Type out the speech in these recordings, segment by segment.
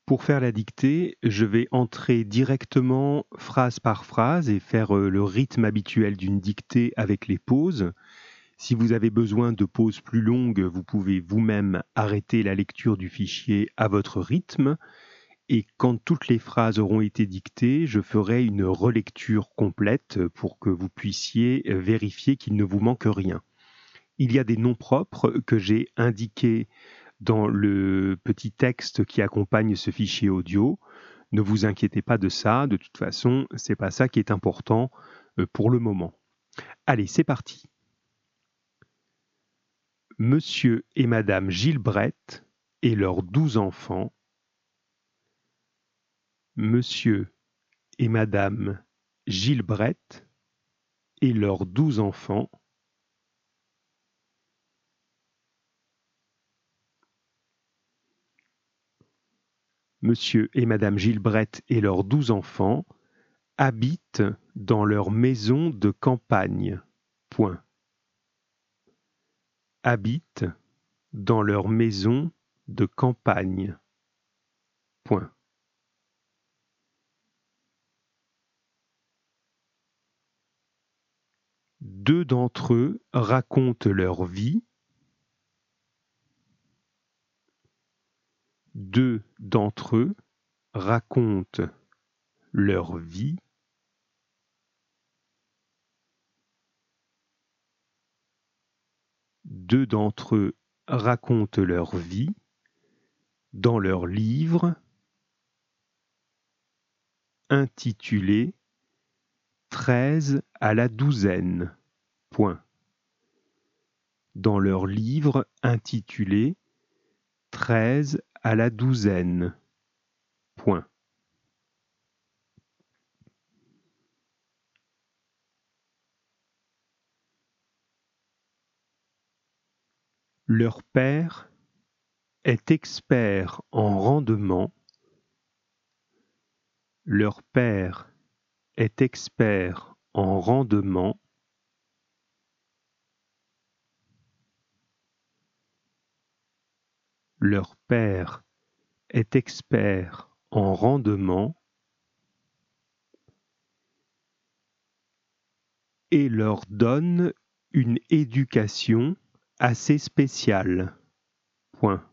Pour faire la dictée, je vais entrer directement phrase par phrase et faire le rythme habituel d'une dictée avec les pauses. Si vous avez besoin de pauses plus longues, vous pouvez vous-même arrêter la lecture du fichier à votre rythme. Et quand toutes les phrases auront été dictées, je ferai une relecture complète pour que vous puissiez vérifier qu'il ne vous manque rien. Il y a des noms propres que j'ai indiqués dans le petit texte qui accompagne ce fichier audio. Ne vous inquiétez pas de ça, de toute façon, c'est pas ça qui est important pour le moment. Allez, c'est parti. Monsieur et Madame Gilbreth et leurs 12 enfants. Monsieur et Madame Gilbreth et leurs 12 enfants. Monsieur et Madame Gilbreth et leurs 12 enfants habitent dans leur maison de campagne. Point. Habitent dans leur maison de campagne. Point. Deux d'entre eux racontent leur vie. Deux d'entre eux racontent leur vie. Deux d'entre eux racontent leur vie dans leur livre intitulé 13 à la douzaine. Point. Dans leur livre intitulé 13 à la douzaine. Point. Leur père est expert en rendement. Leur père est expert en rendement. Leur père est expert en rendement et leur donne une éducation assez spéciale. Point.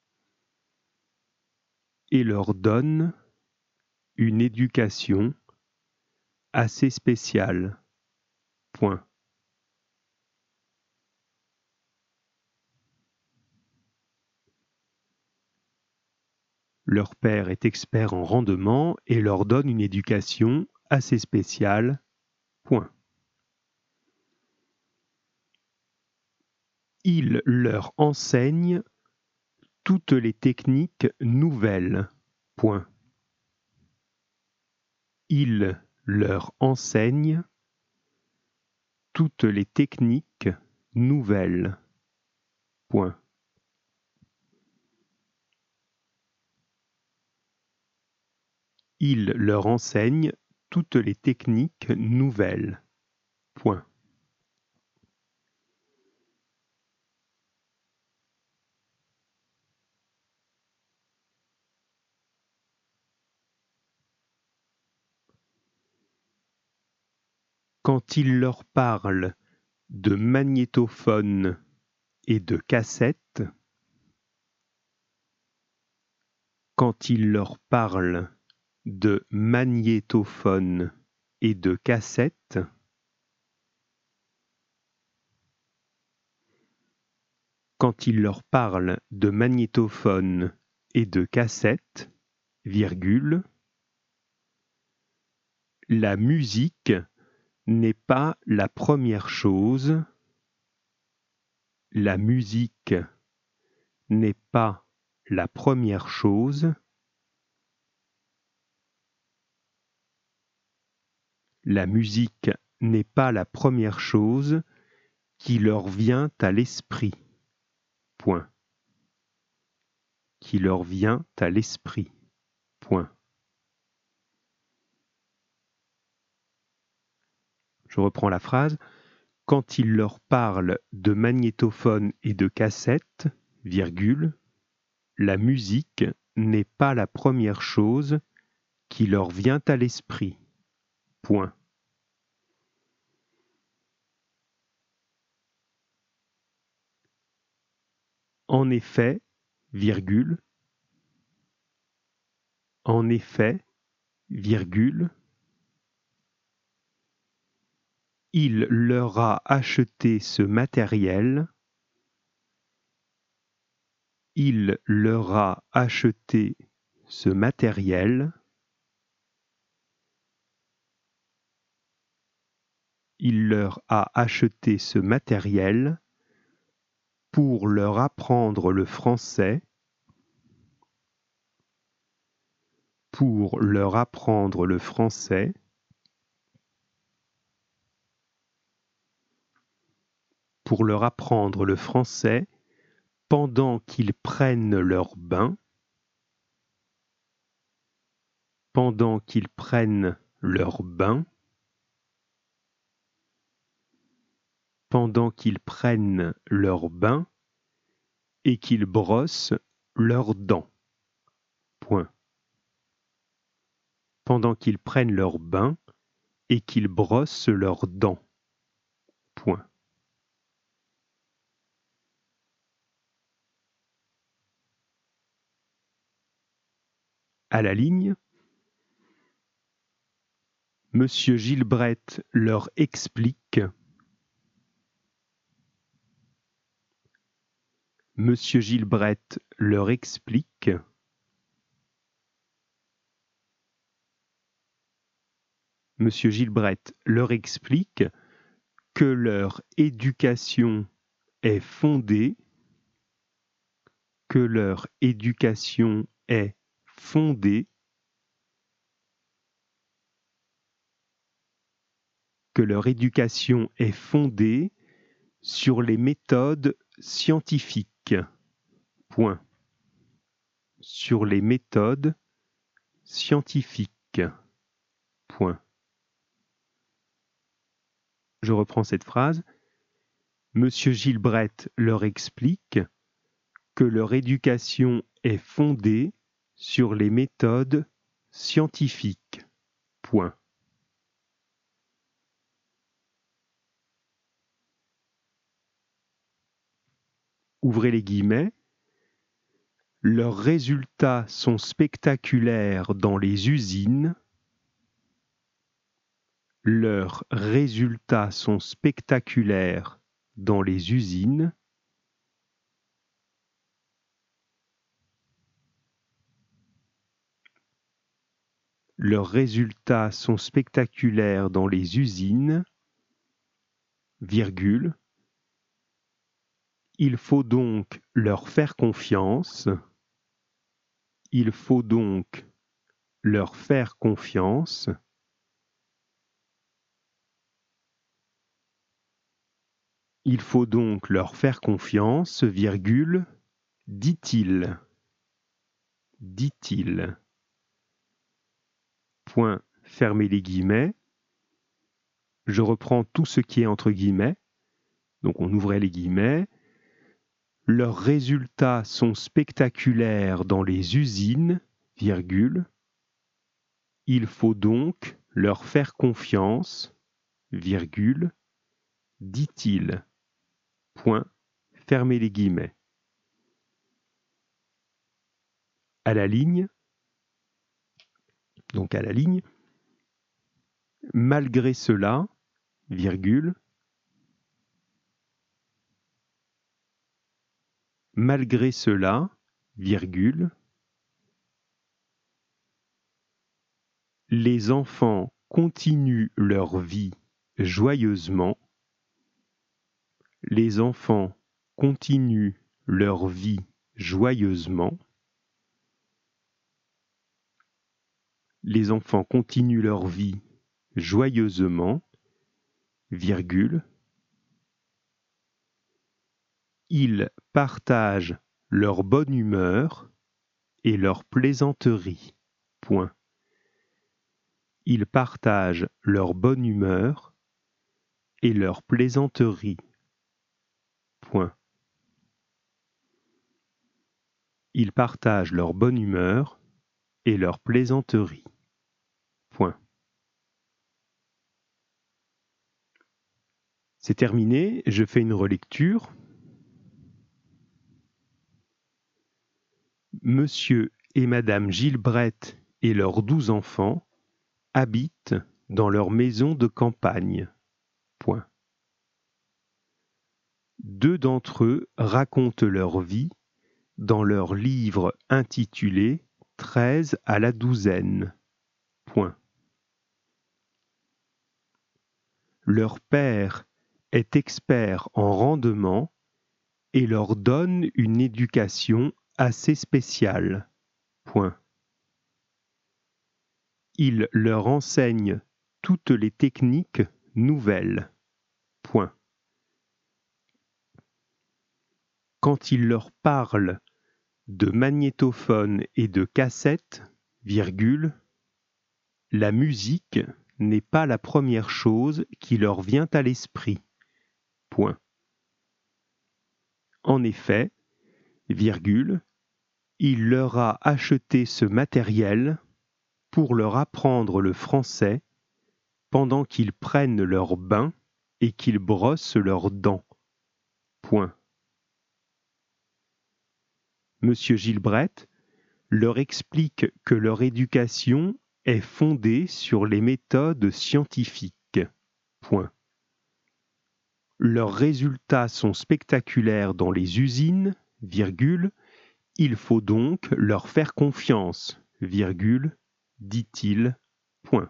Et leur donne une éducation assez spéciale. Point. Leur père est expert en rendement et leur donne une éducation assez spéciale. Point. Il leur enseigne toutes les techniques nouvelles. Point. Il leur enseigne toutes les techniques nouvelles. Point. Il leur enseigne toutes les techniques nouvelles. Point. Quand il leur parle de magnétophone et de cassette, quand il leur parle de magnétophone et de cassette, quand il leur parle de magnétophone et de cassette, virgule, la musique n'est pas la première chose. La musique n'est pas la première chose. La musique n'est pas la première chose qui leur vient à l'esprit. Point. Qui leur vient à l'esprit. Point. Je reprends la phrase. Quand il leur parle de magnétophone et de cassette, virgule, la musique n'est pas la première chose qui leur vient à l'esprit. Point. En effet, virgule. En effet, virgule. Il leur a acheté ce matériel. Il leur a acheté ce matériel. Il leur a acheté ce matériel pour leur apprendre le français. Pour leur apprendre le français. Pour leur apprendre le français pendant qu'ils prennent leur bain. Pendant qu'ils prennent leur bain. Pendant qu'ils prennent leur bain et qu'ils brossent leurs dents. Point. Pendant qu'ils prennent leur bain et qu'ils brossent leurs dents. Point. À la ligne, Monsieur Gilbreth leur explique. Monsieur Gilbreth leur explique. Monsieur Gilbreth leur explique que leur éducation est fondée, que leur éducation est fondée, que leur éducation est fondée sur les méthodes scientifiques. Point. Sur les méthodes scientifiques. Point. Je reprends cette phrase. Monsieur Gilbreth leur explique que leur éducation est fondée sur les méthodes scientifiques. Point. Ouvrez les guillemets. Leurs résultats sont spectaculaires dans les usines. Leurs résultats sont spectaculaires dans les usines. Leurs résultats sont spectaculaires dans les usines, virgule. Il faut donc leur faire confiance. Il faut donc leur faire confiance. Il faut donc leur faire confiance, virgule, dit-il. Dit-il. Point, fermez les guillemets. Je reprends tout ce qui est entre guillemets. Donc on ouvrait les guillemets. Leurs résultats sont spectaculaires dans les usines, virgule. Il faut donc leur faire confiance, virgule, dit-il. Point, fermez les guillemets. À la ligne, donc à la ligne, malgré cela, virgule, malgré cela, virgule, les enfants continuent leur vie joyeusement. Les enfants continuent leur vie joyeusement. Les enfants continuent leur vie joyeusement, virgule. Ils partagent leur bonne humeur et leur plaisanterie. Point. Ils partagent leur bonne humeur et leur plaisanterie. Point. ils partagent leur bonne humeur et leur plaisanterie. Point. C'est terminé, je fais une relecture. Monsieur et Madame Gilbreth et leurs 12 enfants habitent dans leur maison de campagne. Point. 2 d'entre eux racontent leur vie dans leur livre intitulé 13 à la douzaine. Point. Leur père est expert en rendement et leur donne une éducation assez spéciale. Point. Il leur enseigne toutes les techniques nouvelles. Point. Quand il leur parle de magnétophone et de cassette, virgule, la musique n'est pas la première chose qui leur vient à l'esprit. Point. En effet, virgule, il leur a acheté ce matériel pour leur apprendre le français pendant qu'ils prennent leur bain et qu'ils brossent leurs dents. Point. Monsieur Gilbreth leur explique que leur éducation est fondée sur les méthodes scientifiques. Point. Leurs résultats sont spectaculaires dans les usines, virgule, il faut donc leur faire confiance, virgule, dit-il. Point.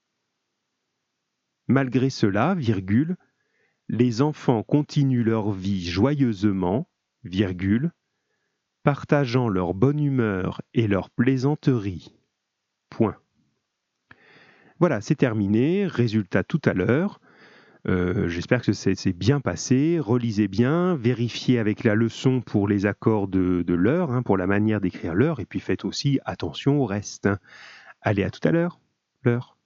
Malgré cela, virgule, les enfants continuent leur vie joyeusement, virgule, partageant leur bonne humeur et leur plaisanterie. Point. Voilà, c'est terminé. Résultat tout à l'heure. J'espère que c'est bien passé. Relisez bien, vérifiez avec la leçon pour les accords de l'heure, pour la manière d'écrire l'heure, et puis faites aussi attention au reste. Allez, à tout à l'heure. L'heure.